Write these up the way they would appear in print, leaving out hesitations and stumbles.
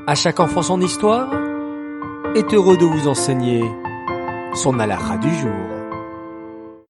À chaque enfant son histoire est heureux de vous enseigner son halakha du jour.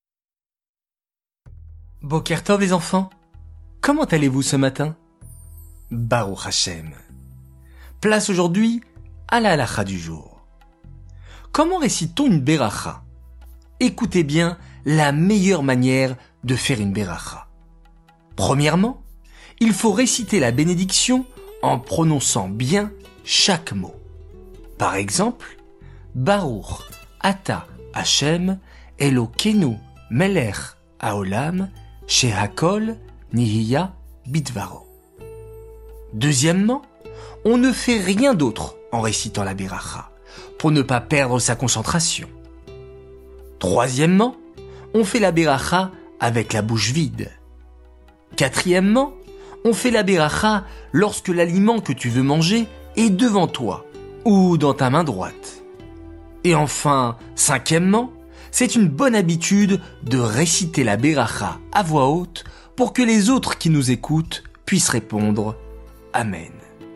Boker Tov les enfants, comment allez-vous ce matin? Baruch Hashem. Place aujourd'hui à la halakha du jour. Comment récite-t-on une beracha? Écoutez bien la meilleure manière de faire une beracha. Premièrement, il faut réciter la bénédiction en prononçant bien chaque mot. Par exemple, Baruch Ata Hashem Elokeinu Melech Haolam Shehakol Nihiya Bidvaro. Deuxièmement, on ne fait rien d'autre en récitant la beracha pour ne pas perdre sa concentration. Troisièmement, on fait la beracha avec la bouche vide. Quatrièmement, on fait la beracha lorsque l'aliment que tu veux manger est devant toi ou dans ta main droite. Et enfin, cinquièmement, c'est une bonne habitude de réciter la beracha à voix haute pour que les autres qui nous écoutent puissent répondre Amen.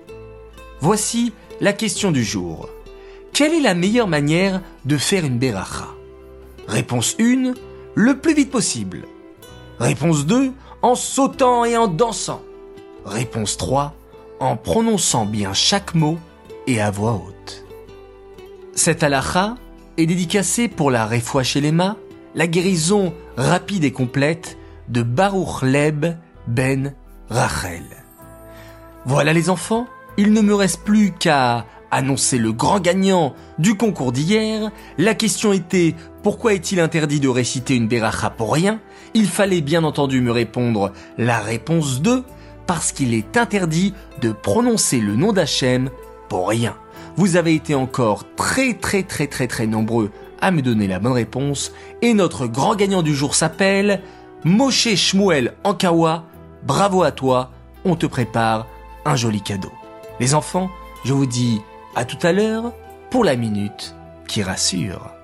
Voici la question du jour. Quelle est la meilleure manière de faire une beracha? Réponse 1, le plus vite possible. Réponse 2, en sautant et en dansant. Réponse 3, en prononçant bien chaque mot et à voix haute. Cette halakha est dédicacée pour la Refoua Shelema, la guérison rapide et complète de Baruch Leb ben Rachel. Voilà les enfants, il ne me reste plus qu'à annoncer le grand gagnant du concours d'hier. La question était: pourquoi est-il interdit de réciter une beracha pour rien? Il fallait bien entendu me répondre la réponse 2, parce qu'il est interdit de prononcer le nom d'Hachem pour rien. Vous avez été encore très nombreux à me donner la bonne réponse, et notre grand gagnant du jour s'appelle Moshe Shmuel Ankawa. Bravo à toi, on te prépare un joli cadeau. Les enfants, je vous dis à tout à l'heure pour la minute qui rassure.